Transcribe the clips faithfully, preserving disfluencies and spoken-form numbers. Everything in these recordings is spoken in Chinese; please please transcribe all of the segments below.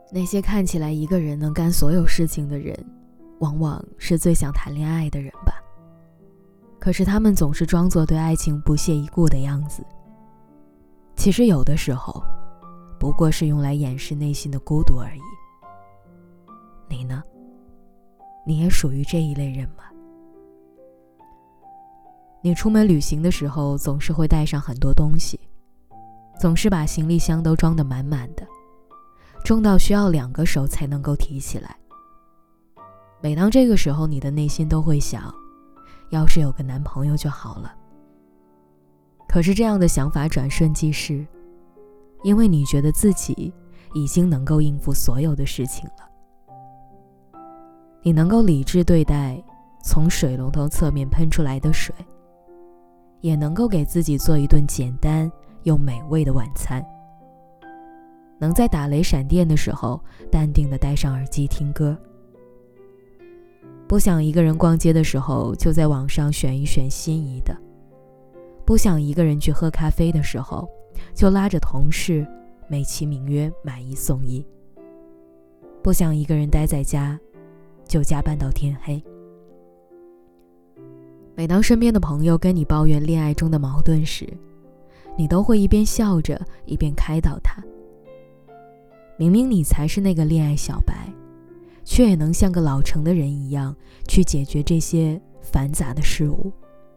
那些看起来一个人能干所有事情的人，往往是最想谈恋爱的人吧。可是他们总是装作对爱情不屑一顾的样子，其实有的时候不过是用来掩饰内心的孤独而已。你呢？你也属于这一类人吗？你出门旅行的时候总是会带上很多东西，总是把行李箱都装得满满的，重到需要两个手才能够提起来。每当这个时候，你的内心都会想，要是有个男朋友就好了。可是这样的想法转瞬即逝，因为你觉得自己已经能够应付所有的事情了。你能够理智对待从水龙头侧面喷出来的水，也能够给自己做一顿简单又美味的晚餐，能在打雷闪电的时候淡定地戴上耳机听歌，不想一个人逛街的时候就在网上选一选心仪的，不想一个人去喝咖啡的时候就拉着同事美其名曰买一送一，不想一个人待在家就加班到天黑。每当身边的朋友跟你抱怨恋爱中的矛盾时，你都会一边笑着一边开导他。明明你才是那个恋爱小白，却也能像个老成的人一样去解决这些繁杂的事物。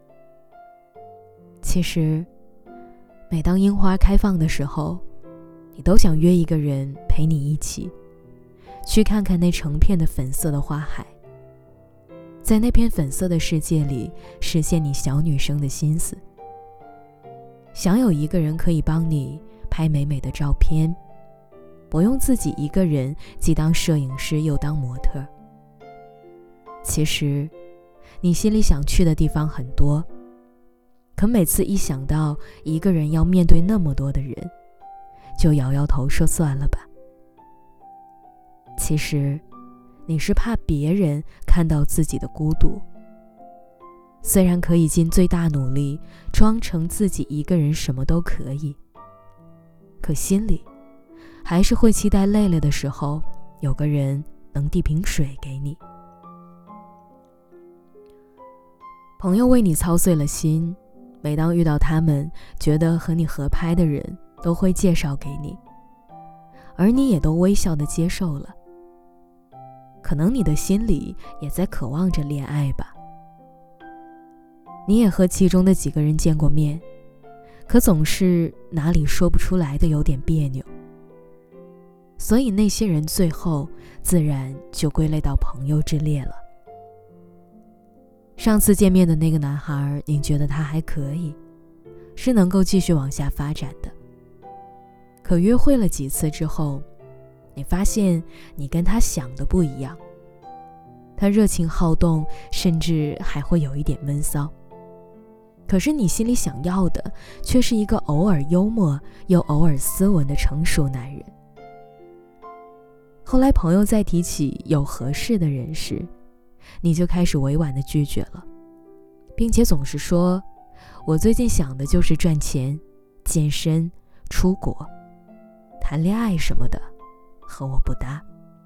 其实每当樱花开放的时候，你都想约一个人陪你一起去看看那成片的粉色的花海，在那片粉色的世界里实现你小女生的心思。想有一个人可以帮你拍美美的照片，不用自己一个人既当摄影师又当模特。其实你心里想去的地方很多，可每次一想到一个人要面对那么多的人，就摇摇头说算了吧。其实你是怕别人看到自己的孤独，虽然可以尽最大努力装成自己一个人什么都可以，可心里还是会期待累了的时候有个人能递瓶水给你。朋友为你操碎了心，每当遇到他们觉得和你合拍的人都会介绍给你，而你也都微笑地接受了。可能你的心里也在渴望着恋爱吧。你也和其中的几个人见过面，可总是哪里说不出来的有点别扭，所以那些人最后自然就归类到朋友之列了。上次见面的那个男孩，你觉得他还可以，是能够继续往下发展的。可约会了几次之后，你发现你跟他想的不一样，他热情好动，甚至还会有一点闷骚。可是你心里想要的却是一个偶尔幽默又偶尔斯文的成熟男人。后来朋友在提起有合适的人时，你就开始委婉地拒绝了，并且总是说，我最近想的就是赚钱、健身、出国，谈恋爱什么的和我不搭。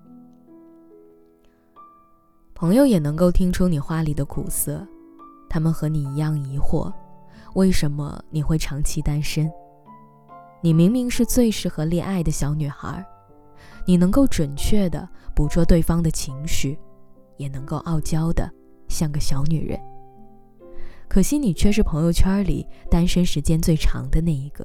朋友也能够听出你话里的苦涩，他们和你一样疑惑，为什么你会长期单身？你明明是最适合恋爱的小女孩，你能够准确地捕捉对方的情绪，也能够傲娇的像个小女人，可惜你却是朋友圈里单身时间最长的那一个。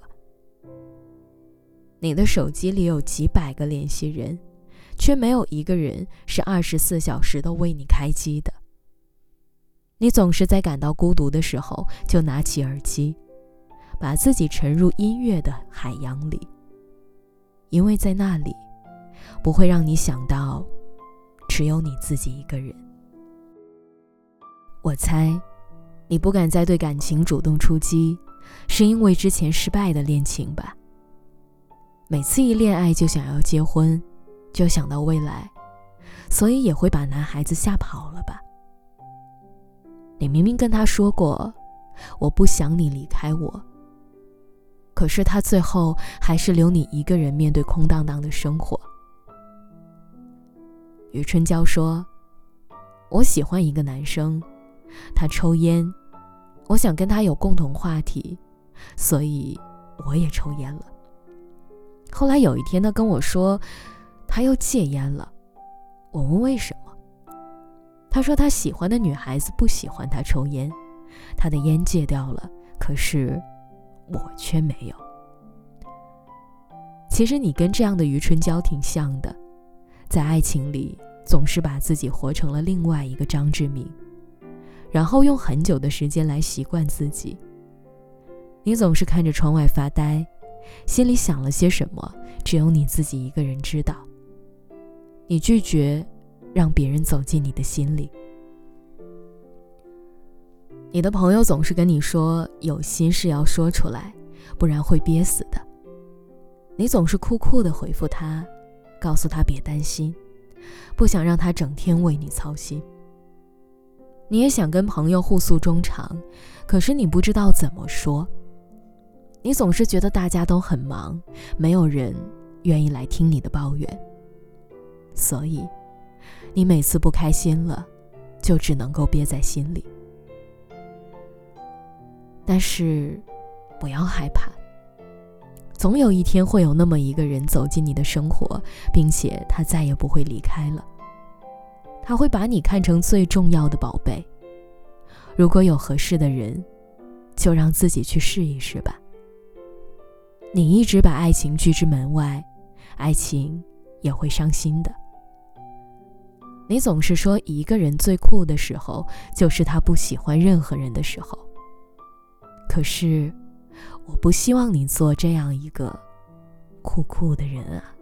你的手机里有几百个联系人，却没有一个人是二十四小时都为你开机的。你总是在感到孤独的时候就拿起耳机，把自己沉入音乐的海洋里，因为在那里不会让你想到只有你自己一个人。我猜你不敢再对感情主动出击，是因为之前失败的恋情吧。每次一恋爱就想要结婚，就想到未来，所以也会把男孩子吓跑了吧。你明明跟他说过，我不想你离开我，可是他最后还是留你一个人面对空荡荡的生活。 余春娇说，我喜欢一个男生，他抽烟，我想跟他有共同话题，所以我也抽烟了。后来有一天他跟我说他又戒烟了，我问为什么，他说他喜欢的女孩子不喜欢他抽烟，他的烟戒掉了，可是我却没有。其实你跟这样的余春娇挺像的，在爱情里总是把自己活成了另外一个张志明，然后用很久的时间来习惯自己。你总是看着窗外发呆，心里想了些什么，只有你自己一个人知道。你拒绝让别人走进你的心里。你的朋友总是跟你说有心事要说出来，不然会憋死的。你总是酷酷地回复他，告诉他别担心，不想让他整天为你操心。你也想跟朋友互诉衷肠，可是你不知道怎么说。你总是觉得大家都很忙，没有人愿意来听你的抱怨，所以你每次不开心了，就只能够憋在心里。但是不要害怕，总有一天会有那么一个人走进你的生活，并且他再也不会离开了。他会把你看成最重要的宝贝。如果有合适的人，就让自己去试一试吧。你一直把爱情拒之门外，爱情也会伤心的。你总是说一个人最酷的时候，就是他不喜欢任何人的时候。可是，我不希望你做这样一个酷酷的人啊。